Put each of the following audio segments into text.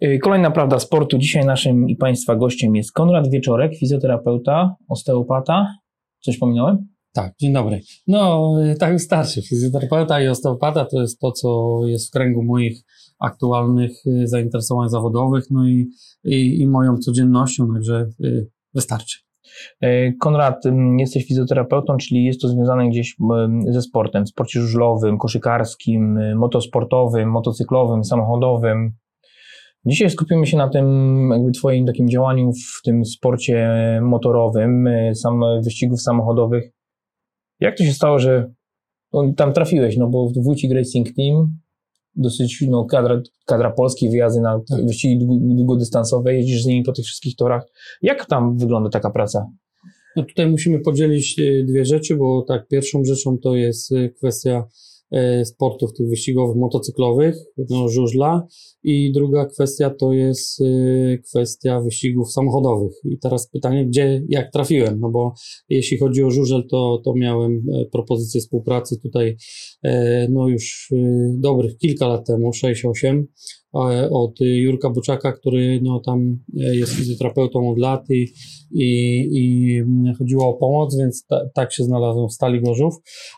Kolejna prawda sportu. Dzisiaj naszym i Państwa gościem jest Konrad Wieczorek, fizjoterapeuta, osteopata. Coś pominąłem? Tak, dzień dobry. No, tak wystarczy. Fizjoterapeuta i osteopata to jest to, co jest w kręgu moich aktualnych zainteresowań zawodowych, no i moją codziennością, także wystarczy. Konrad, jesteś fizjoterapeutą, czyli jest to związane gdzieś ze sportem, w sporcie żużlowym, koszykarskim, motosportowym, motocyklowym, samochodowym. Dzisiaj skupimy się na tym jakby Twoim takim działaniu w tym sporcie motorowym, wyścigów samochodowych. Jak to się stało, że tam trafiłeś? No bo Wójcik Racing Team, dosyć kadra Polski, wyjazdy na wyścigi długodystansowe, jeździsz z nimi po tych wszystkich torach. Jak tam wygląda taka praca? No tutaj musimy podzielić dwie rzeczy, bo tak, pierwszą rzeczą to jest kwestia sportów tych wyścigowych, motocyklowych, no, żużla, i druga kwestia to jest kwestia wyścigów samochodowych. I teraz pytanie, jak trafiłem, no bo jeśli chodzi o żużel, to miałem propozycję współpracy tutaj no już dobrych kilka lat temu, 6-8, od Jurka Buczaka, który no tam jest fizjoterapeutą od lat i chodziło o pomoc, więc tak się znalazłem w Stali Gorzów.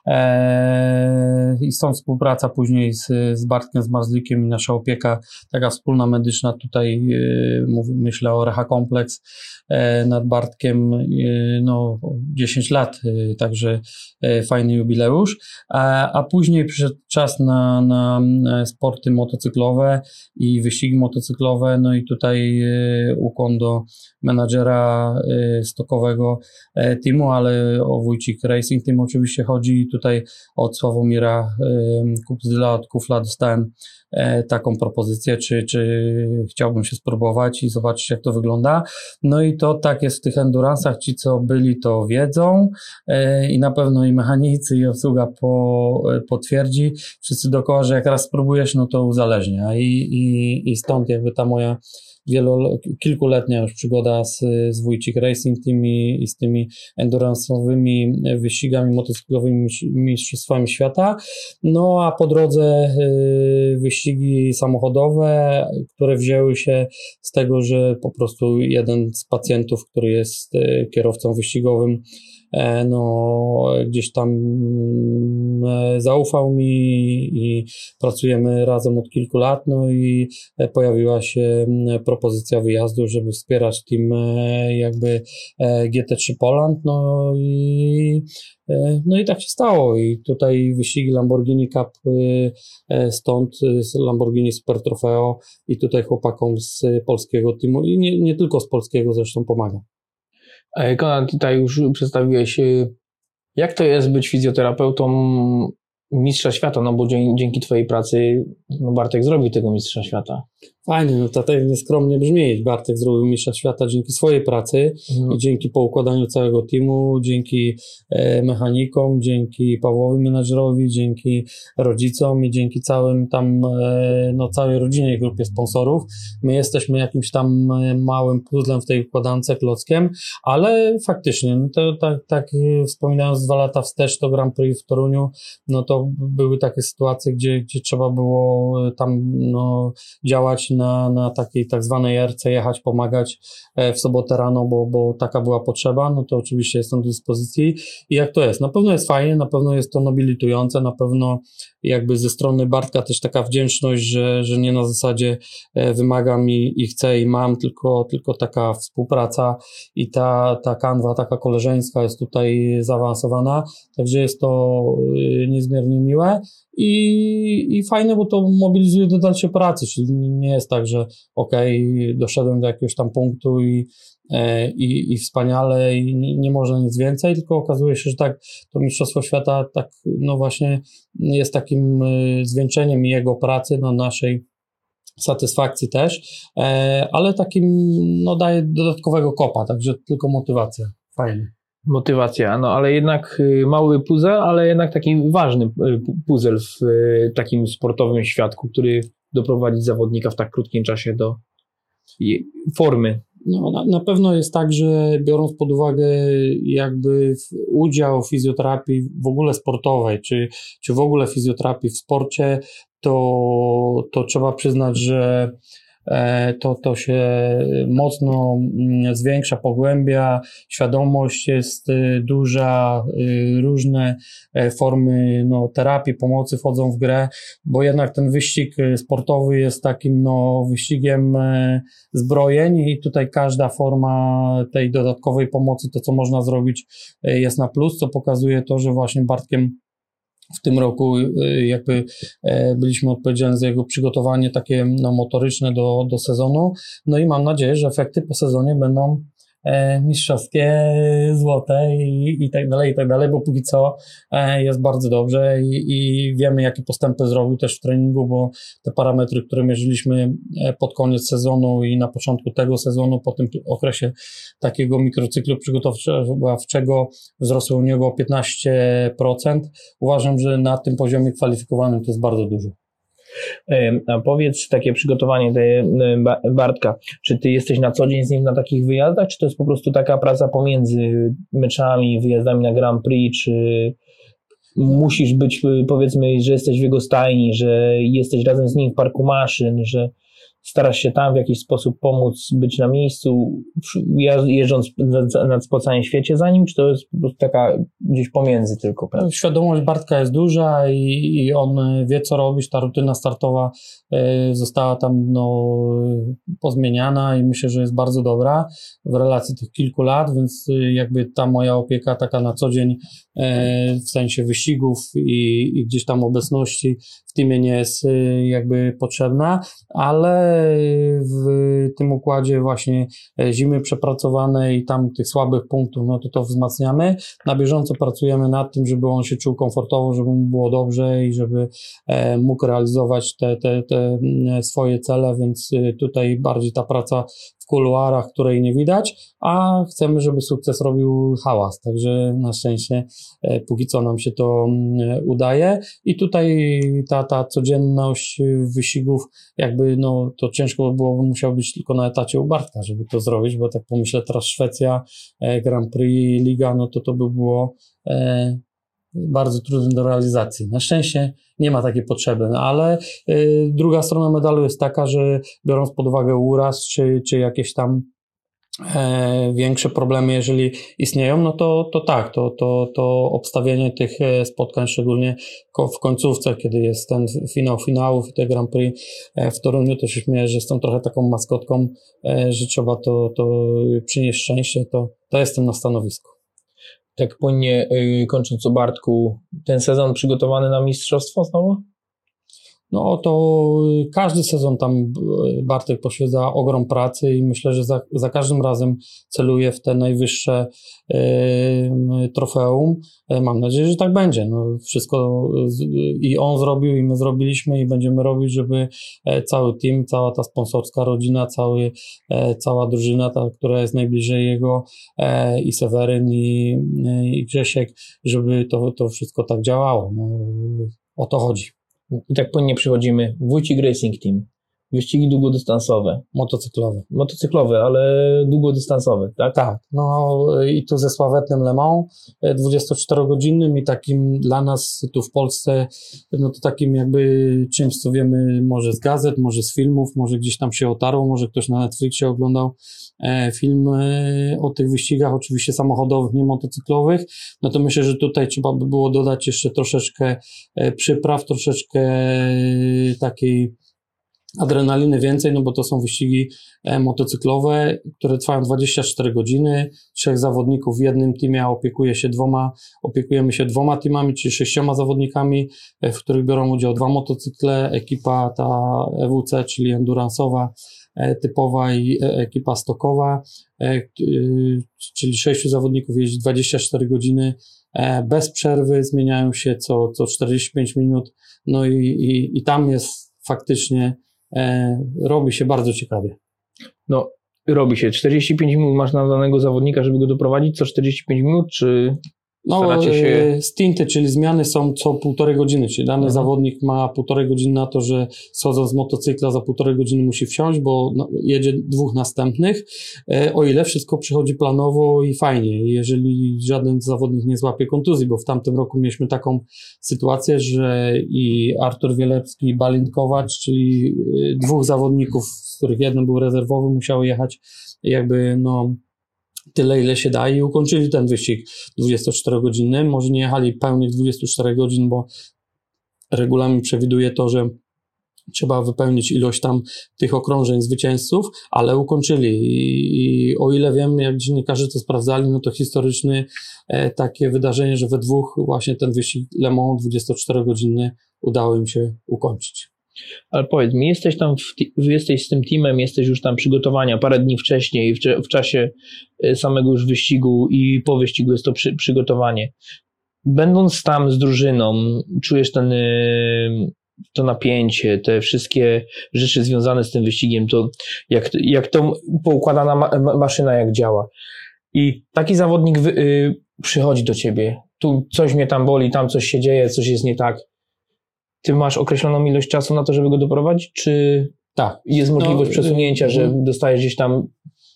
I stąd współpraca później z Bartkiem Zmarzlikiem i nasza opieka taka wspólna medyczna. Tutaj myślę o Reha Kompleks nad Bartkiem, no 10 lat, także fajny jubileusz. A później przyszedł czas na sporty motocyklowe i wyścigi motocyklowe, no i tutaj ukłon do menadżera stokowego teamu, ale o Wójcik Racing Team oczywiście chodzi. Tutaj od Sławomira Kupzdyla, od Kufla dostałem taką propozycję, czy chciałbym się spróbować i zobaczyć, jak to wygląda. No i to tak jest w tych endurance'ach, ci co byli to wiedzą i na pewno i mechanicy i obsługa potwierdzi. Wszyscy dookoła, że jak raz spróbujesz, no to uzależnia i stąd jakby ta moja kilkuletnia już przygoda z Wójcik Racing Team i z tymi endurance'owymi wyścigami motocyklowymi, mistrzostwami świata. No a po drodze wyścigi samochodowe, które wzięły się z tego, że po prostu jeden z pacjentów, który jest kierowcą wyścigowym, no gdzieś tam zaufał mi i pracujemy razem od kilku lat, no i pojawiła się propozycja wyjazdu, żeby wspierać team jakby GT3 Poland, no i tak się stało i tutaj wyścigi Lamborghini Cup, stąd Lamborghini Super Trofeo i tutaj chłopakom z polskiego teamu i nie tylko z polskiego zresztą pomaga. Konrad, tutaj już przedstawiłeś, jak to jest być fizjoterapeutą mistrza świata, no bo dzięki Twojej pracy no Bartek zrobił tego mistrza świata. Fajnie, no to tak nieskromnie brzmi. Bartek zrobił mistrza świata dzięki swojej pracy i dzięki poukładaniu całego teamu, dzięki mechanikom, dzięki Pawłowi menadżerowi, dzięki rodzicom i dzięki całym tam, no całej rodzinie i grupie sponsorów. My jesteśmy jakimś tam małym puzzlem w tej układance, klockiem, ale faktycznie, no to tak wspominając 2 lata wstecz to Grand Prix w Toruniu, no to były takie sytuacje, gdzie trzeba było tam no działać na takiej tak zwanej RC, jechać, pomagać w sobotę rano, bo taka była potrzeba, no to oczywiście jestem do dyspozycji. I jak to jest? Na pewno jest fajnie, na pewno jest to nobilitujące, na pewno jakby ze strony Bartka też taka wdzięczność, że nie na zasadzie wymagam i chcę i mam, tylko taka współpraca i ta kanwa taka koleżeńska jest tutaj zaawansowana, także jest to niezmiernie miłe i fajne, bo to mobilizuje do dalszej pracy, czyli nie jest tak, że doszedłem do jakiegoś tam punktu i wspaniale i nie można nic więcej, tylko okazuje się, że tak to Mistrzostwo Świata tak no właśnie jest takim zwieńczeniem jego pracy, no naszej satysfakcji też, ale takim no daje dodatkowego kopa, także tylko motywacja. Fajnie. Motywacja, no ale jednak mały puzzle, ale jednak taki ważny puzzle w takim sportowym świadku, który doprowadzi zawodnika w tak krótkim czasie do formy. No, na pewno jest tak, że biorąc pod uwagę jakby udział fizjoterapii w ogóle sportowej, czy w ogóle fizjoterapii w sporcie, to trzeba przyznać, że to się mocno zwiększa, pogłębia, świadomość jest duża, różne formy terapii, pomocy wchodzą w grę, bo jednak ten wyścig sportowy jest takim wyścigiem zbrojeń i tutaj każda forma tej dodatkowej pomocy, to co można zrobić, jest na plus, co pokazuje to, że właśnie Bartkiem w tym roku jakby byliśmy odpowiedzialni za jego przygotowanie takie motoryczne do sezonu, no i mam nadzieję, że efekty po sezonie będą mistrzowskie, złote i tak dalej, bo póki co jest bardzo dobrze i wiemy, jakie postępy zrobił też w treningu, bo te parametry, które mierzyliśmy pod koniec sezonu i na początku tego sezonu, po tym okresie takiego mikrocyklu przygotowawczego wzrosły u niego o 15%. Uważam, że na tym poziomie kwalifikowanym to jest bardzo dużo. A powiedz, takie przygotowanie Bartka, czy ty jesteś na co dzień z nim na takich wyjazdach, czy to jest po prostu taka praca pomiędzy meczami, wyjazdami na Grand Prix, czy musisz być, powiedzmy, że jesteś w jego stajni, że jesteś razem z nim w parku maszyn, że starasz się tam w jakiś sposób pomóc, być na miejscu, jeżdżąc po całym świecie za nim, czy to jest po prostu taka gdzieś pomiędzy tylko? Prawda? Świadomość Bartka jest duża i on wie, co robić. Ta rutyna startowa została tam pozmieniana i myślę, że jest bardzo dobra w relacji tych kilku lat, więc jakby ta moja opieka taka na co dzień w sensie wyścigów i gdzieś tam obecności w teamie nie jest jakby potrzebna, ale w tym układzie właśnie zimy przepracowanej i tam tych słabych punktów, to wzmacniamy. Na bieżąco pracujemy nad tym, żeby on się czuł komfortowo, żeby mu było dobrze i żeby mógł realizować te swoje cele, więc tutaj bardziej ta praca w kuluarach, której nie widać, a chcemy, żeby sukces robił hałas, także na szczęście póki co nam się to udaje i tutaj ta codzienność wyścigów jakby to ciężko byłoby, musiało być tylko na etacie u Bartka, żeby to zrobić, bo tak pomyślę teraz Szwecja, Grand Prix, Liga, to by było bardzo trudne do realizacji. Na szczęście nie ma takiej potrzeby, ale druga strona medalu jest taka, że biorąc pod uwagę uraz, czy jakieś tam większe problemy, jeżeli istnieją, to tak, to obstawienie tych spotkań, szczególnie w końcówce, kiedy jest ten finał finałów i te Grand Prix w Toruniu, to się śmieję, że jestem trochę taką maskotką, że trzeba to przynieść szczęście, to jestem na stanowisku. Tak płynnie kończąc o Bartku, ten sezon przygotowany na mistrzostwo znowu? To każdy sezon tam Bartek poświęca ogrom pracy i myślę, że za każdym razem celuje w te najwyższe trofeum. Mam nadzieję, że tak będzie. Wszystko i on zrobił, i my zrobiliśmy i będziemy robić, żeby cały team, cała ta sponsorska rodzina, cała drużyna, ta, która jest najbliżej jego, i Seweryn, i Grzesiek, żeby to wszystko tak działało. O to chodzi. I tak płynnie przechodzimy. Wójcik Racing Team. Wyścigi długodystansowe. Motocyklowe, ale długodystansowe, tak? Tak. I tu ze sławetnym Le Mans, 24-godzinnym i takim dla nas tu w Polsce, to takim jakby czymś, co wiemy może z gazet, może z filmów, może gdzieś tam się otarło, może ktoś na Netflixie oglądał film o tych wyścigach, oczywiście samochodowych, nie motocyklowych. To myślę, że tutaj trzeba by było dodać jeszcze troszeczkę przypraw, troszeczkę takiej adrenaliny więcej, bo to są wyścigi motocyklowe, które trwają 24 godziny, 3 zawodników w jednym teamie, opiekujemy się 2 teamami, czyli 6 zawodnikami, w których biorą udział 2 motocykle, ekipa ta EWC, czyli endurance'owa, typowa, i ekipa stokowa, czyli 6 zawodników jeździ 24 godziny bez przerwy, zmieniają się co 45 minut, i tam jest faktycznie robi się bardzo ciekawie. Robi się. 45 minut masz na danego zawodnika, żeby go doprowadzić, co 45 minut, czy Staracie się... Stinty, czyli zmiany są co 1,5 godziny, czyli dany zawodnik ma 1,5 godziny na to, że schodząc z motocykla za 1,5 godziny musi wsiąść, bo jedzie 2 następnych, o ile wszystko przychodzi planowo i fajnie, jeżeli żaden zawodnik nie złapie kontuzji, bo w tamtym roku mieliśmy taką sytuację, że i Artur Wielepski i Balint Kowacz, czyli 2 zawodników, z których jeden był rezerwowy, musiało jechać jakby tyle, ile się da i ukończyli ten wyścig 24-godzinny. Może nie jechali pełnych 24 godzin, bo regulamin przewiduje to, że trzeba wypełnić ilość tam tych okrążeń zwycięzców, ale ukończyli i o ile wiem, jak dziennikarze to sprawdzali, to historyczny takie wydarzenie, że we 2 właśnie ten wyścig Le Mans 24-godzinny udało im się ukończyć. Ale powiedz mi, jesteś z tym teamem, jesteś już tam przygotowania parę dni wcześniej, w czasie samego już wyścigu i po wyścigu jest to przygotowanie. Będąc tam z drużyną, czujesz to napięcie, te wszystkie rzeczy związane z tym wyścigiem, to jak to poukładana maszyna jak działa. I taki zawodnik przychodzi do ciebie, tu coś mnie tam boli, tam coś się dzieje, coś jest nie tak. Ty masz określoną ilość czasu na to, żeby go doprowadzić, czy tak, jest możliwość przesunięcia, że dostajesz gdzieś tam...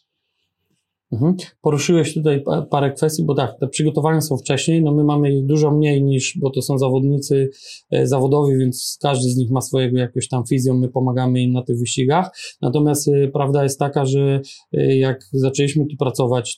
Poruszyłeś tutaj parę kwestii, bo tak, te przygotowania są wcześniej, my mamy ich dużo mniej bo to są zawodnicy zawodowi, więc każdy z nich ma swojego jakiegoś tam fizją, my pomagamy im na tych wyścigach, natomiast prawda jest taka, że jak zaczęliśmy tu pracować,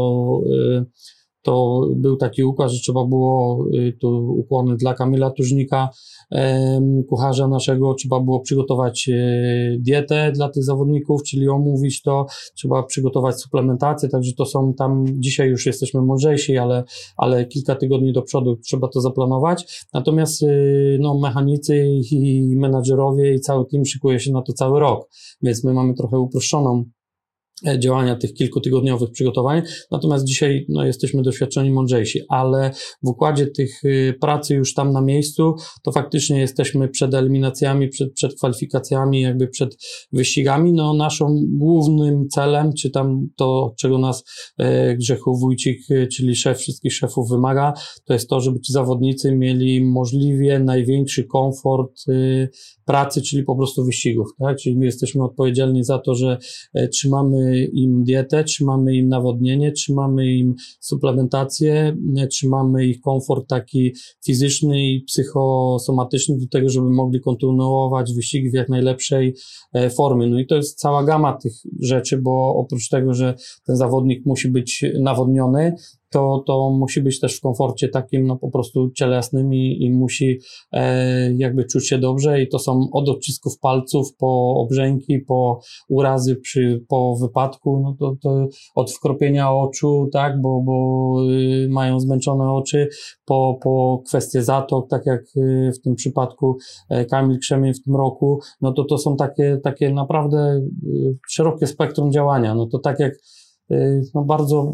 to był taki układ, że trzeba było, tu ukłony dla Kamila Tużnika, kucharza naszego, trzeba było przygotować dietę dla tych zawodników, czyli omówić to, trzeba przygotować suplementację, także to są tam, dzisiaj już jesteśmy mądrzejsi, ale kilka tygodni do przodu trzeba to zaplanować, natomiast mechanicy i menadżerowie i cały team szykuje się na to cały rok, więc my mamy trochę uproszczoną działania tych kilkutygodniowych przygotowań, natomiast dzisiaj jesteśmy doświadczeni, mądrzejsi, ale w układzie tych pracy już tam na miejscu, to faktycznie jesteśmy przed eliminacjami, przed kwalifikacjami, jakby przed wyścigami, naszym głównym celem, czy tam to, czego nas Grzechów Wójcik, czyli szef wszystkich szefów wymaga, to jest to, żeby ci zawodnicy mieli możliwie największy komfort pracy, czyli po prostu wyścigów, tak? Czyli my jesteśmy odpowiedzialni za to, że trzymamy im dietę, trzymamy im nawodnienie, trzymamy im suplementację, trzymamy ich komfort taki fizyczny i psychosomatyczny do tego, żeby mogli kontynuować wyścigi w jak najlepszej formie. I to jest cała gama tych rzeczy, bo oprócz tego, że ten zawodnik musi być nawodniony, to musi być też w komforcie takim, po prostu cielesnym i musi jakby czuć się dobrze i to są od odcisków palców, po obrzęki, po urazy po wypadku, to od wkropienia oczu, tak, bo mają zmęczone oczy, po kwestie zatok, tak jak w tym przypadku Kamil Krzemień w tym roku, to są takie naprawdę szerokie spektrum działania, to tak jak bardzo...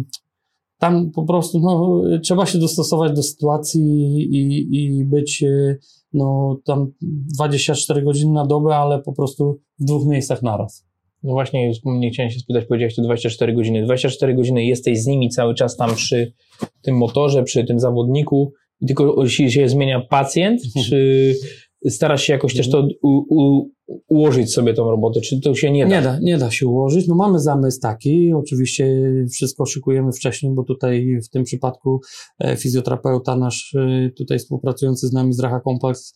Tam po prostu trzeba się dostosować do sytuacji i być tam 24 godziny na dobę, ale po prostu w 2 miejscach naraz. Właśnie, nie chciałem się spytać, powiedziałeś to 24 godziny. 24 godziny jesteś z nimi cały czas tam przy tym motorze, przy tym zawodniku i tylko się zmienia pacjent, czy starasz się jakoś też to ułożyć sobie tą robotę, czy to się nie da? Nie da się ułożyć. Mamy zamysł taki, oczywiście wszystko szykujemy wcześniej, bo tutaj w tym przypadku fizjoterapeuta nasz tutaj współpracujący z nami z Racha Complex,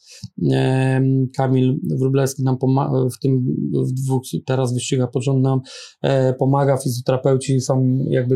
Kamil Wróblewski nam w 2 teraz wyścigach pod rząd nam pomaga, fizjoterapeuci są jakby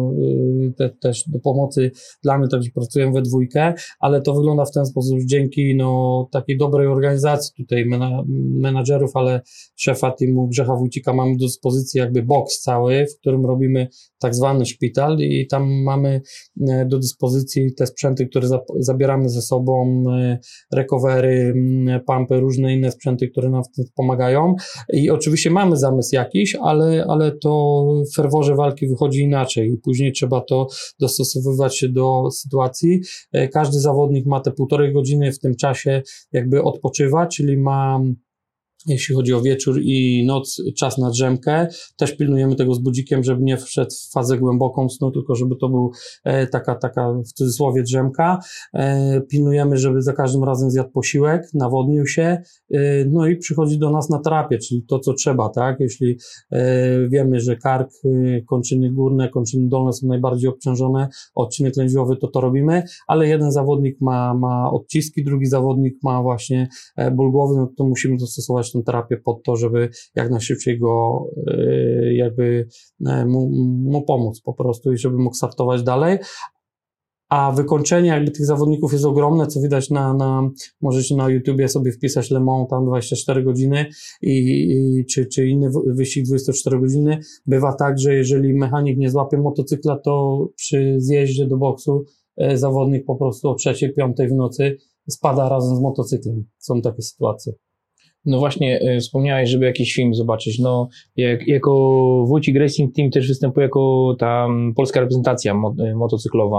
też do pomocy dla mnie, także pracujemy we 2, ale to wygląda w ten sposób, że dzięki takiej dobrej organizacji tutaj menadżerów, ale szefa teamu Grzecha Wójcika mamy do dyspozycji jakby boks cały, w którym robimy tak zwany szpital i tam mamy do dyspozycji te sprzęty, które zabieramy ze sobą, recovery, pumpy, różne inne sprzęty, które nam w tym pomagają i oczywiście mamy zamysł jakiś, ale to w ferworze walki wychodzi inaczej i później trzeba to dostosowywać się do sytuacji. Każdy zawodnik ma te 1,5 godziny w tym czasie jakby odpoczywa, czyli ma jeśli chodzi o wieczór i noc, czas na drzemkę. Też pilnujemy tego z budzikiem, żeby nie wszedł w fazę głęboką snu, tylko żeby to był taka w cudzysłowie drzemka. Pilnujemy, żeby za każdym razem zjadł posiłek, nawodnił się, no i przychodzi do nas na terapię, czyli to, co trzeba, tak? Jeśli wiemy, że kark, kończyny górne, kończyny dolne są najbardziej obciążone, odcinek lędźwiowy, to robimy, ale jeden zawodnik ma odciski, drugi zawodnik ma właśnie ból głowy, no to musimy dostosować tę terapię pod to, żeby jak najszybciej go jakby mu pomóc po prostu i żeby mógł startować dalej. A wykończenie jakby tych zawodników jest ogromne, co widać możecie na YouTubie sobie wpisać Le Mans tam 24 godziny czy inny wyścig 24 godziny. Bywa tak, że jeżeli mechanik nie złapie motocykla, to przy zjeździe do boksu zawodnik po prostu o 3-5 w nocy spada razem z motocyklem. Są takie sytuacje. No właśnie, wspomniałeś, żeby jakiś film zobaczyć. No, jako Wójcik Racing Team też występuje jako ta polska reprezentacja motocyklowa.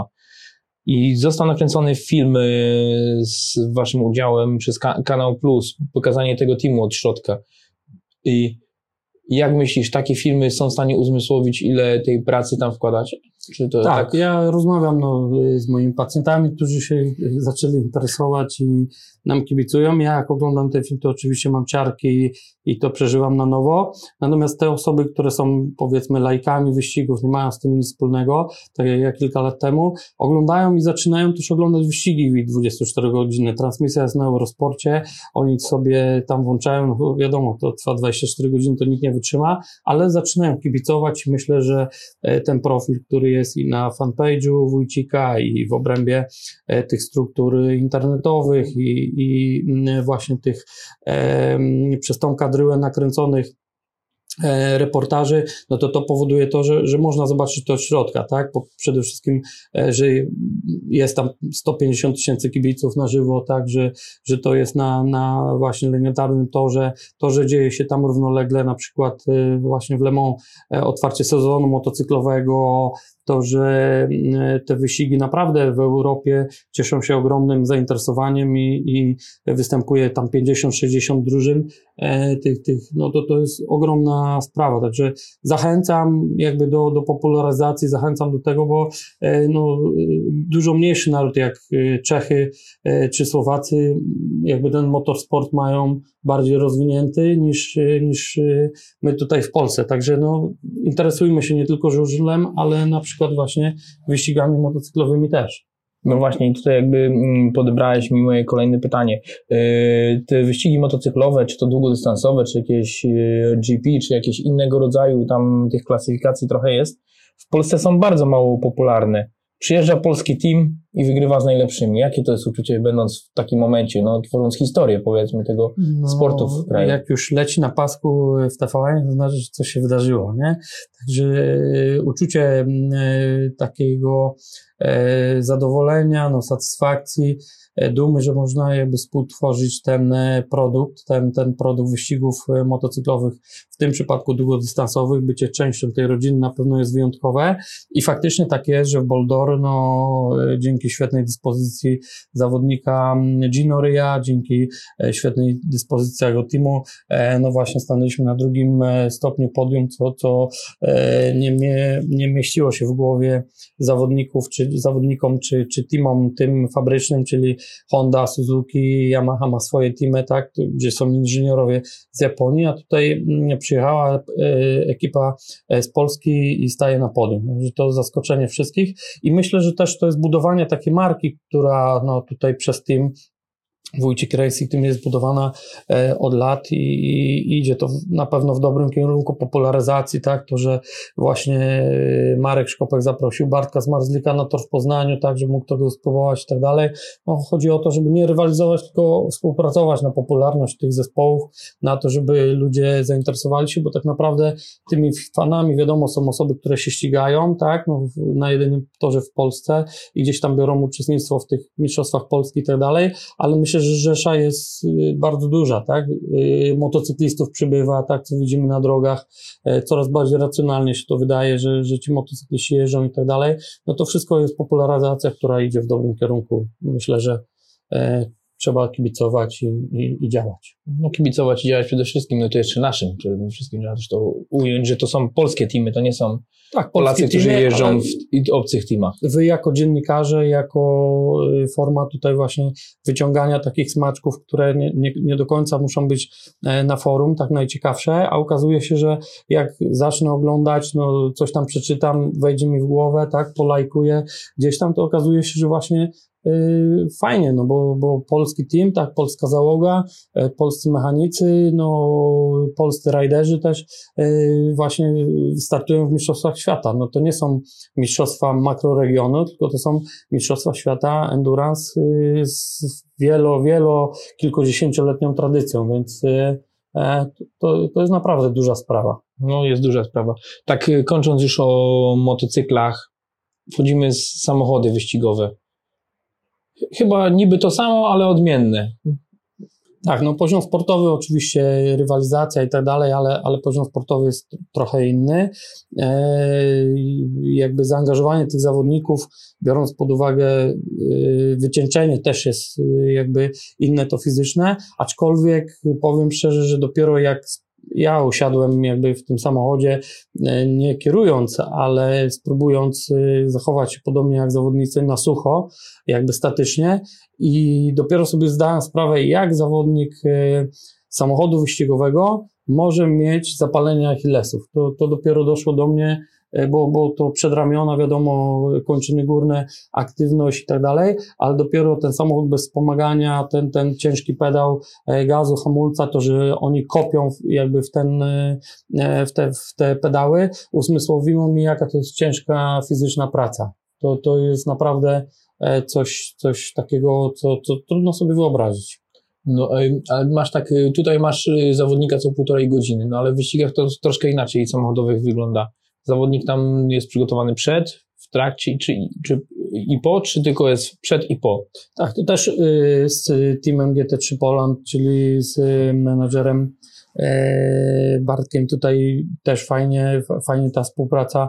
I został nakręcony film z waszym udziałem przez Kanał Plus, pokazanie tego teamu od środka. I jak myślisz, takie filmy są w stanie uzmysłowić, ile tej pracy tam wkładacie? Czy to tak, ja rozmawiam z moimi pacjentami, którzy się zaczęli interesować i nam kibicują. Ja jak oglądam ten film, to oczywiście mam ciarki i to przeżywam na nowo. Natomiast te osoby, które są powiedzmy laikami wyścigów, nie mają z tym nic wspólnego, tak jak kilka lat temu, oglądają i zaczynają też oglądać wyścigi 24 godziny. Transmisja jest na Eurosporcie, oni sobie tam włączają, no wiadomo, to trwa 24 godziny, to nikt nie wytrzyma, ale zaczynają kibicować i myślę, że ten profil, który jest i na fanpage'u Wójcika i w obrębie tych struktur internetowych i właśnie tych przez tą kadryłę nakręconych reportaży, no to powoduje to, że można zobaczyć to od środka, tak? Przede wszystkim, że jest tam 150 000 kibiców na żywo, tak? Że to jest na właśnie legendarnym torze, to, że dzieje się tam równolegle, na przykład właśnie w Le Mans otwarcie sezonu motocyklowego, to, że te wyścigi naprawdę w Europie cieszą się ogromnym zainteresowaniem i występuje tam 50-60 drużyn no to jest ogromna sprawa, także zachęcam jakby do popularyzacji, zachęcam do tego, bo no, dużo mniejszy naród jak Czechy czy Słowacy jakby ten motorsport mają bardziej rozwinięty niż my tutaj w Polsce, także no interesujmy się nie tylko żużlem, ale na przykład właśnie wyścigami motocyklowymi też. No właśnie, tutaj jakby podebrałeś mi moje kolejne pytanie. Te wyścigi motocyklowe, czy to długodystansowe, czy jakieś GP, czy jakieś innego rodzaju, tam tych klasyfikacji trochę jest, w Polsce są bardzo mało popularne. Przyjeżdża polski team i wygrywa z najlepszymi. Jakie to jest uczucie, będąc w takim momencie, no tworząc historię, powiedzmy, tego sportu w kraju? Jak już leci na pasku w TVN, to znaczy, że coś się wydarzyło, nie? Także uczucie takiego zadowolenia, no satysfakcji, dumy, że można jakby współtworzyć ten produkt wyścigów motocyklowych, w tym przypadku długodystansowych, bycie częścią tej rodziny na pewno jest wyjątkowe i faktycznie tak jest, że w Boulder, no dzięki świetnej dyspozycji zawodnika Gino Ryja, dzięki świetnej dyspozycji jego teamu, no właśnie stanęliśmy na drugim stopniu podium, co nie mieściło się w głowie zawodnikom czy teamom tym fabrycznym, czyli Honda, Suzuki, Yamaha ma swoje teamy, tak, gdzie są inżynierowie z Japonii, a tutaj przyjechała ekipa z Polski i staje na podium. Że to zaskoczenie wszystkich i myślę, że też to jest budowanie takiej marki, która no tutaj przez team Wójcik Racing Team jest budowana od lat i idzie to na pewno w dobrym kierunku popularyzacji, tak, to, że właśnie Marek Szkopek zaprosił Bartka Zmarzlika na tor w Poznaniu, tak, żeby mógł tego spróbować i tak dalej. No, chodzi o to, żeby nie rywalizować, tylko współpracować na popularność tych zespołów, na to, żeby ludzie zainteresowali się, bo tak naprawdę tymi fanami, wiadomo, są osoby, które się ścigają, tak, no, na jedynym torze w Polsce i gdzieś tam biorą uczestnictwo w tych mistrzostwach Polski i tak dalej, ale myślę, że rzesza jest bardzo duża, tak? Motocyklistów przybywa, tak, co widzimy na drogach, coraz bardziej racjonalnie się to wydaje, że ci motocykliści jeżdżą i tak dalej. No to wszystko jest popularyzacja, która idzie w dobrym kierunku. Myślę, że trzeba kibicować i działać. No kibicować i działać przede wszystkim, no to jeszcze naszym, przede wszystkim trzeba też to ująć, że to są polskie teamy, to nie są Polacy, którzy jeżdżą w obcych teamach. Wy jako dziennikarze, jako forma tutaj właśnie wyciągania takich smaczków, które nie do końca muszą być na forum, tak najciekawsze, a okazuje się, że jak zacznę oglądać, no coś tam przeczytam, wejdzie mi w głowę, tak, polajkuję gdzieś tam, to okazuje się, że właśnie fajnie, no bo polski team, tak, polska załoga, polscy mechanicy, no polscy rajderzy też właśnie startują w mistrzostwach świata. No to nie są mistrzostwa makroregionu, tylko to są mistrzostwa świata endurance z kilkudziesięcioletnią tradycją, więc to jest naprawdę duża sprawa. No jest duża sprawa. Tak kończąc już o motocyklach, wchodzimy z samochody wyścigowe. Chyba niby to samo, ale odmienne. Tak, no poziom sportowy oczywiście, rywalizacja i tak dalej, ale poziom sportowy jest trochę inny. Jakby zaangażowanie tych zawodników, biorąc pod uwagę wycieńczenie też jest jakby inne to fizyczne, aczkolwiek powiem szczerze, że dopiero jak ja usiadłem jakby w tym samochodzie, nie kierując, ale spróbując zachować się podobnie jak zawodnicy na sucho, jakby statycznie i dopiero sobie zdałem sprawę, jak zawodnik samochodu wyścigowego może mieć zapalenie achillesów. To dopiero doszło do mnie, bo to przedramiona, wiadomo, kończyny górne, aktywność i tak dalej, ale dopiero ten samochód bez wspomagania, ten ciężki pedał gazu, hamulca, to, że oni kopią jakby w te pedały, usmysłowiło mi, jaka to jest ciężka fizyczna praca. To jest naprawdę coś takiego, co trudno sobie wyobrazić. No, ale tutaj masz zawodnika co 1,5 godziny, no ale w wyścigach to troszkę inaczej samochodowych wygląda. Zawodnik tam jest przygotowany przed, w trakcie, czy tylko jest przed i po? Tak, to też z teamem GT3 Poland, czyli z menadżerem Bartkiem tutaj też fajnie ta współpraca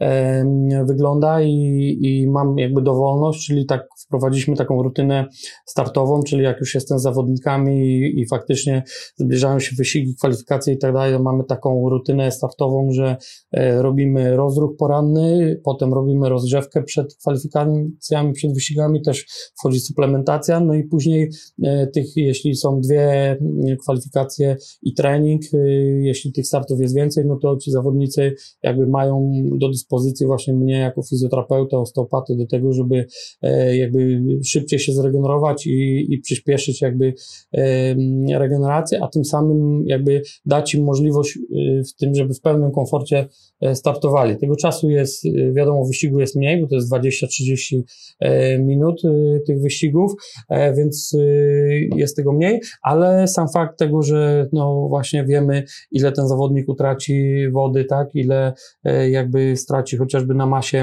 wygląda i mam jakby dowolność, czyli tak wprowadziliśmy taką rutynę startową, czyli jak już jestem z zawodnikami i faktycznie zbliżają się wyścigi, kwalifikacje i tak dalej, mamy taką rutynę startową, że robimy rozruch poranny, potem robimy rozgrzewkę przed kwalifikacjami, przed wyścigami, też wchodzi suplementacja, no i później jeśli są 2 kwalifikacje i trening, jeśli tych startów jest więcej, no to ci zawodnicy jakby mają do dyspozycji właśnie mnie jako fizjoterapeuta, osteopaty do tego, żeby jakby szybciej się zregenerować i przyspieszyć jakby regenerację, a tym samym jakby dać im możliwość w tym, żeby w pełnym komforcie startowali. Tego czasu jest, wiadomo, wyścigu jest mniej, bo to jest 20-30 minut tych wyścigów, więc jest tego mniej, ale sam fakt tego, że no właśnie wiemy, ile ten zawodnik utraci wody, tak, ile jakby straci chociażby na masie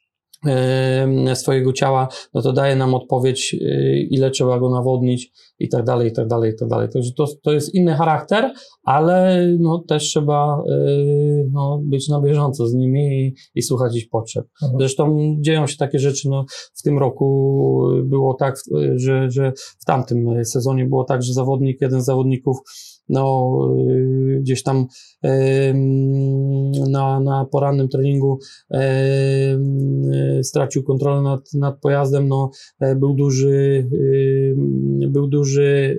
swojego ciała, no to daje nam odpowiedź, ile trzeba go nawodnić i tak dalej, i tak dalej, i tak dalej. Także to jest inny charakter, ale no też trzeba być na bieżąco z nimi i słuchać ich potrzeb. Zresztą dzieją się takie rzeczy, no w tym roku było tak, że w tamtym sezonie było tak, że jeden z zawodników gdzieś tam na porannym treningu stracił kontrolę nad pojazdem, był duży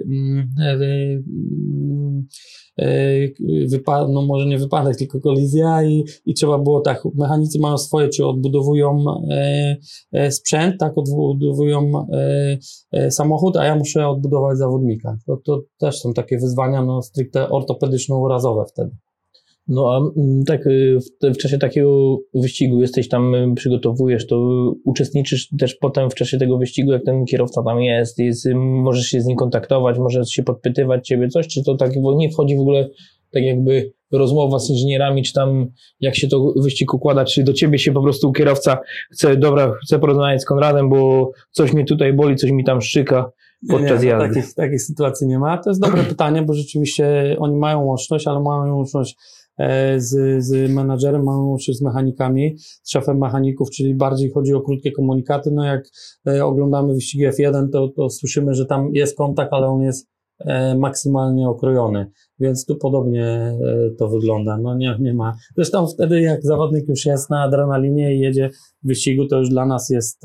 może nie wypadek, tylko kolizja i trzeba było tak, mechanicy mają swoje, czy odbudowują sprzęt, tak, odbudowują samochód, a ja muszę odbudować zawodnika. To też są takie wyzwania, stricte ortopedyczno-urazowe wtedy. No a tak w czasie takiego wyścigu jesteś tam, przygotowujesz to, uczestniczysz też potem w czasie tego wyścigu, jak ten kierowca tam jest, możesz się z nim kontaktować, możesz się podpytywać ciebie coś, czy to tak nie wchodzi w ogóle tak jakby rozmowa z inżynierami, czy tam jak się to wyścig układa, czy do ciebie się po prostu kierowca chce porozmawiać z Konradem, bo coś mnie tutaj boli, coś mi tam szczyka podczas jazdy. Takich sytuacji nie ma. To jest dobre pytanie, bo rzeczywiście oni mają łączność, ale mają łączność z menadżerem, czy z mechanikami, z szefem mechaników, czyli bardziej chodzi o krótkie komunikaty. No jak oglądamy wyścigi F1, to słyszymy, że tam jest kontakt, ale on jest maksymalnie okrojony, więc tu podobnie to wygląda. No nie ma. Zresztą wtedy jak zawodnik już jest na adrenalinie i jedzie w wyścigu, to już dla nas jest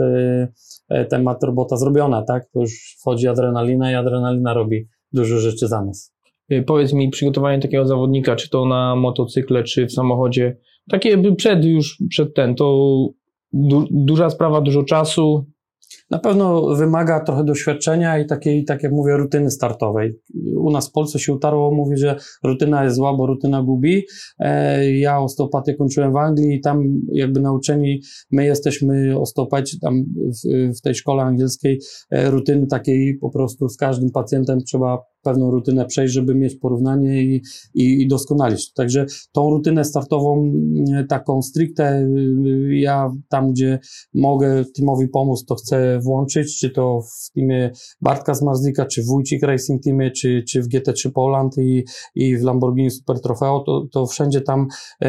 temat robota zrobiona, tak? To już wchodzi adrenalina i adrenalina robi dużo rzeczy za nas. Powiedz mi, przygotowanie takiego zawodnika, czy to na motocykle, czy w samochodzie, takie przed to duża sprawa, dużo czasu. Na pewno wymaga trochę doświadczenia i takiej, tak jak mówię, rutyny startowej. U nas w Polsce się utarło, mówi, że rutyna jest zła, bo rutyna gubi. Ja osteopatię kończyłem w Anglii i tam jakby nauczeni, my jesteśmy osteopaci tam w tej szkole angielskiej, rutyny takiej po prostu z każdym pacjentem trzeba pewną rutynę przejść, żeby mieć porównanie i doskonalić. Także tą rutynę startową, taką stricte, ja tam, gdzie mogę teamowi pomóc, to chcę włączyć, czy to w teamie Bartka Zmarzlika, czy w Wójcik Racing Teamie, czy w GT3 Poland i w Lamborghini Super Trofeo, to wszędzie tam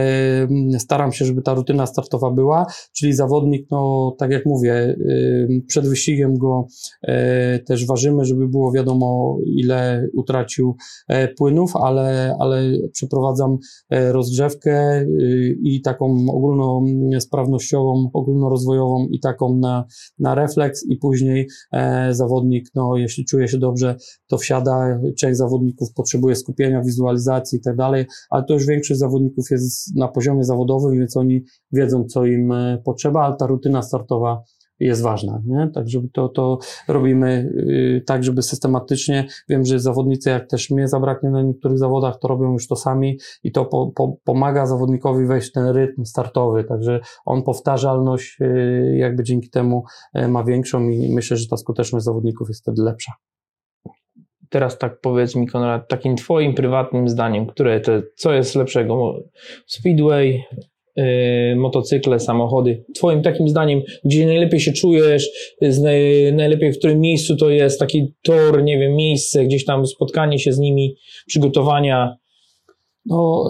staram się, żeby ta rutyna startowa była, czyli zawodnik, no tak jak mówię, przed wyścigiem go też ważymy, żeby było wiadomo, ile utracił płynów, ale przeprowadzam rozgrzewkę i taką ogólnosprawnościową, ogólnorozwojową i taką na refleks i później zawodnik, no jeśli czuje się dobrze, to wsiada. Część zawodników potrzebuje skupienia, wizualizacji i tak dalej, ale to już większość zawodników jest na poziomie zawodowym, więc oni wiedzą, co im potrzeba, ale ta rutyna startowa jest ważna, nie? Tak, żeby to robimy tak, żeby systematycznie, wiem, że zawodnicy, jak też mnie zabraknie na niektórych zawodach, to robią już to sami i to pomaga zawodnikowi wejść w ten rytm startowy, także on powtarzalność jakby dzięki temu ma większą i myślę, że ta skuteczność zawodników jest wtedy lepsza. Teraz tak powiedz mi, Konrad, takim twoim prywatnym zdaniem, co jest lepszego? Speedway, motocykle, samochody. Twoim takim zdaniem, gdzie najlepiej się czujesz, najlepiej w którym miejscu to jest taki tor, nie wiem, miejsce, gdzieś tam spotkanie się z nimi, przygotowania. No,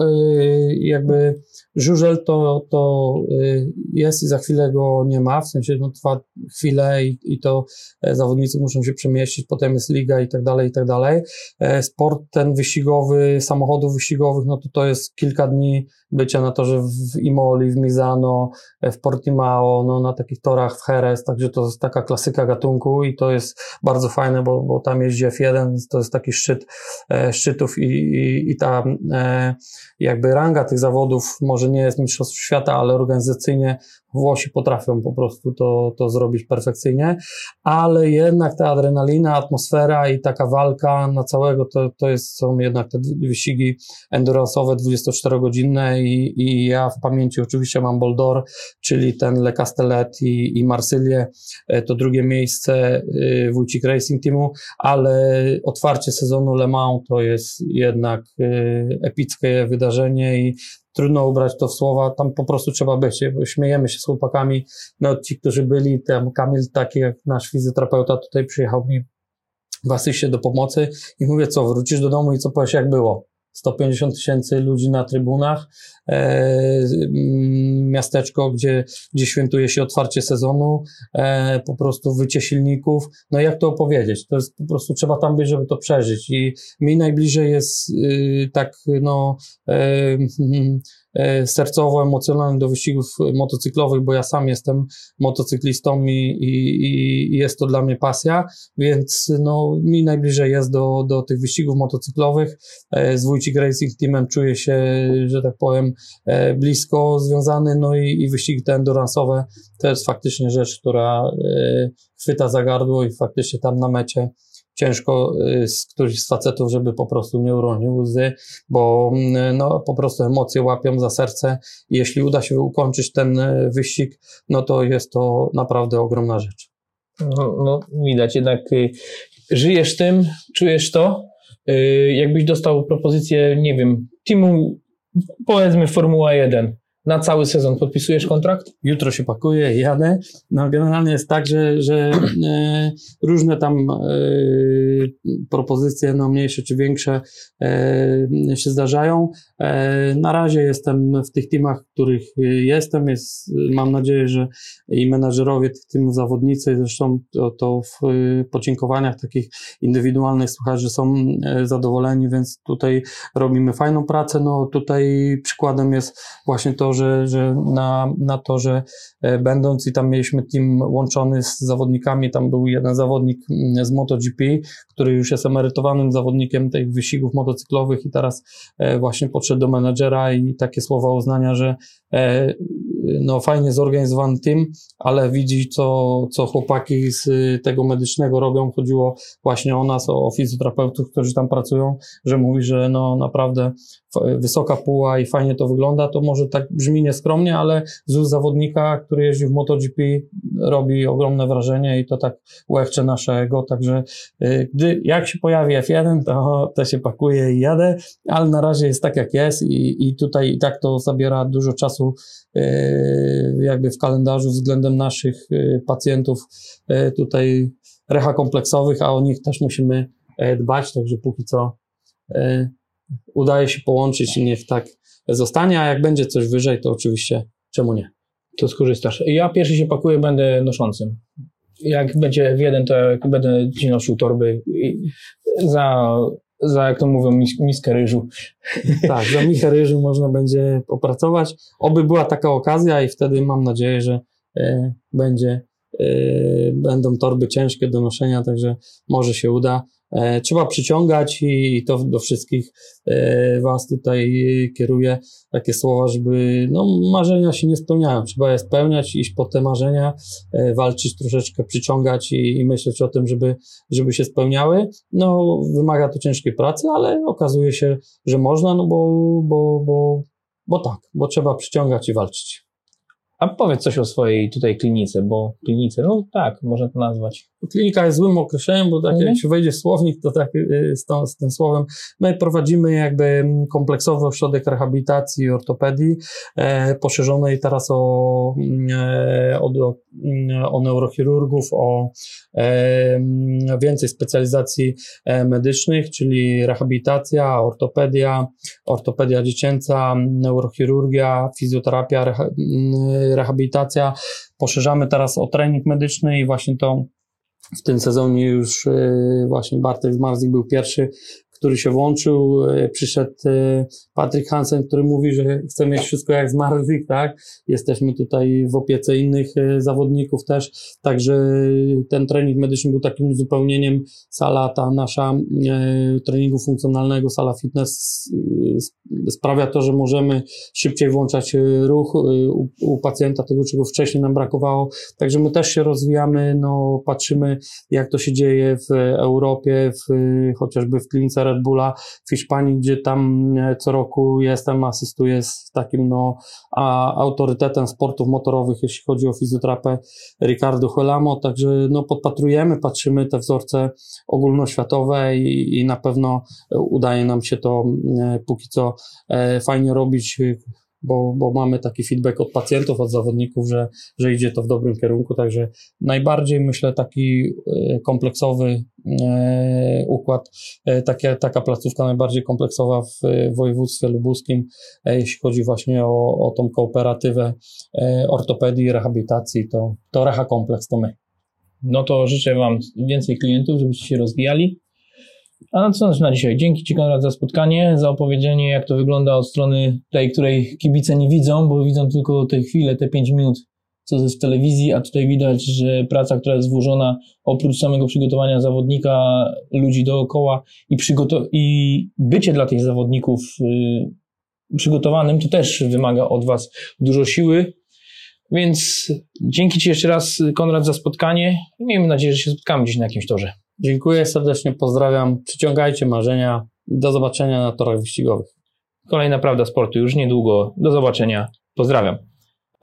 jakby żużel to jest i za chwilę go nie ma, w sensie no, trwa chwilę i to zawodnicy muszą się przemieścić, potem jest liga i tak dalej, i tak dalej. Sport ten wyścigowy, samochodów wyścigowych, no to jest kilka dni bycia na torze w Imoli, w Misano, w Portimao, no na takich torach w Jerez, także to jest taka klasyka gatunku i to jest bardzo fajne, bo tam jeździ F1, więc to jest taki szczyt szczytów i ta jakby ranga tych zawodów może nie jest mistrzostw świata, ale organizacyjnie Włosi potrafią po prostu to zrobić perfekcyjnie, ale jednak ta adrenalina, atmosfera i taka walka na całego, są jednak te wyścigi endurance'owe 24-godzinne i ja w pamięci oczywiście mam Bol d'Or, czyli ten Le Castellet i Marsylię, to drugie miejsce Wójcik Racing Teamu, ale otwarcie sezonu Le Mans to jest jednak epickie wydarzenie i trudno ubrać to w słowa, tam po prostu trzeba być, śmiejemy się z chłopakami, no ci, którzy byli, tam Kamil, taki jak nasz fizjoterapeuta tutaj przyjechał mi w asyście do pomocy i mówię, co, wrócisz do domu i co powiesz, jak było? 150 000 ludzi na trybunach, miasteczko, gdzie świętuje się otwarcie sezonu, po prostu wycie silników, no jak to opowiedzieć? To jest po prostu, trzeba tam być, żeby to przeżyć i mi najbliżej jest tak, no sercowo, emocjonalnie do wyścigów motocyklowych, bo ja sam jestem motocyklistą i jest to dla mnie pasja, więc no mi najbliżej jest do tych wyścigów motocyklowych. Z Wójcik Racing Teamem czuję się, że tak powiem, blisko związany, no i wyścigi te endurance'owe to jest faktycznie rzecz, która chwyta za gardło i faktycznie tam na mecie ciężko z któryś z facetów, żeby po prostu nie uronił łzy, bo no, po prostu emocje łapią za serce i jeśli uda się ukończyć ten wyścig, no to jest to naprawdę ogromna rzecz. No widać, jednak żyjesz tym, czujesz to. Jakbyś dostał propozycję, nie wiem, teamu, powiedzmy Formuła 1, na cały sezon podpisujesz kontrakt? Jutro się pakuję i jadę. No generalnie jest tak, że różne tam propozycje, no mniejsze czy większe się zdarzają. Na razie jestem w tych teamach, w których jestem. Mam nadzieję, że i menadżerowie tych teamów, zawodnicy, zresztą to w podziękowaniach takich indywidualnych słychać, że są zadowoleni, więc tutaj robimy fajną pracę. No tutaj przykładem jest właśnie to, że na to, że będąc i tam mieliśmy team łączony z zawodnikami, tam był jeden zawodnik z MotoGP, który już jest emerytowanym zawodnikiem tych wyścigów motocyklowych i teraz właśnie podszedł do menedżera i takie słowa uznania, że no fajnie zorganizowany team, ale widzi co chłopaki z tego medycznego robią. Chodziło właśnie o nas, o fizjoterapeutów, którzy tam pracują, że mówi, że no naprawdę wysoka puła i fajnie to wygląda. To może tak brzmi nieskromnie, ale z ust zawodnika, który jeździł w MotoGP, robi ogromne wrażenie i to tak łechcze nasze ego, także jak się pojawi F1, to się pakuje i jadę, ale na razie jest tak jak jest i tutaj i tak to zabiera dużo czasu jakby w kalendarzu względem naszych pacjentów tutaj reha kompleksowych, a o nich też musimy dbać, także póki co udaje się połączyć i niech tak zostanie, a jak będzie coś wyżej, to oczywiście czemu nie? To skorzystasz. Ja pierwszy się pakuję, będę noszącym. Jak będzie F1, to będę ci nosił torby za jak to mówią, miskę ryżu. Tak, za miskę ryżu można będzie popracować. Oby była taka okazja i wtedy mam nadzieję, że będą torby ciężkie do noszenia, także może się uda. Trzeba przyciągać i to do wszystkich was tutaj kieruję takie słowa, żeby marzenia się nie spełniają. Trzeba je spełniać, iść po te marzenia, walczyć troszeczkę, przyciągać i myśleć o tym, żeby się spełniały. No, wymaga to ciężkiej pracy, ale okazuje się, że można, bo trzeba przyciągać i walczyć. A powiedz coś o swojej tutaj klinice, bo klinice, no tak, można to nazwać. Klinika jest złym określeniem, bo tak jak się wejdzie w słownik, to tak z tym słowem. My prowadzimy jakby kompleksowy ośrodek rehabilitacji i ortopedii, poszerzonej teraz o neurochirurgów, o więcej specjalizacji medycznych, czyli rehabilitacja, ortopedia dziecięca, neurochirurgia, fizjoterapia, rehabilitacja. Poszerzamy teraz o trening medyczny i właśnie to w tym sezonie już właśnie Bartek Zmarzlik był pierwszy, który się włączył. Przyszedł Patryk Hansen, który mówi, że chce mieć wszystko jak Zmarzlik, tak? Jesteśmy tutaj w opiece innych zawodników też, także ten trening medyczny był takim uzupełnieniem. Sala ta nasza treningu funkcjonalnego, sala fitness sprawia to, że możemy szybciej włączać ruch u pacjenta, tego czego wcześniej nam brakowało. Także my też się rozwijamy, patrzymy jak to się dzieje w Europie, chociażby w klinice Red Bulla w Hiszpanii, gdzie tam co roku jestem, asystuję z takim autorytetem sportów motorowych, jeśli chodzi o fizjoterapię, Ricardo Huelamo, także podpatrujemy, patrzymy te wzorce ogólnoświatowe i na pewno udaje nam się to póki co fajnie robić, bo mamy taki feedback od pacjentów, od zawodników, że idzie to w dobrym kierunku, także najbardziej myślę taki kompleksowy układ, taka placówka najbardziej kompleksowa w województwie lubuskim, jeśli chodzi właśnie o tą kooperatywę ortopedii i rehabilitacji, to Reha Kompleks to my. No to życzę wam więcej klientów, żebyście się rozwijali. A co na dzisiaj? Dzięki ci, Konrad, za spotkanie, za opowiedzenie, jak to wygląda od strony tej, której kibice nie widzą, bo widzą tylko te chwile, te 5 minut, co jest w telewizji, a tutaj widać, że praca, która jest włożona oprócz samego przygotowania zawodnika, ludzi dookoła i bycie dla tych zawodników przygotowanym, to też wymaga od was dużo siły. Więc dzięki ci jeszcze raz, Konrad, za spotkanie i miejmy nadzieję, że się spotkamy gdzieś na jakimś torze. Dziękuję serdecznie, pozdrawiam, przyciągajcie marzenia, do zobaczenia na torach wyścigowych. Kolejna Prawda Sportu już niedługo, do zobaczenia, pozdrawiam.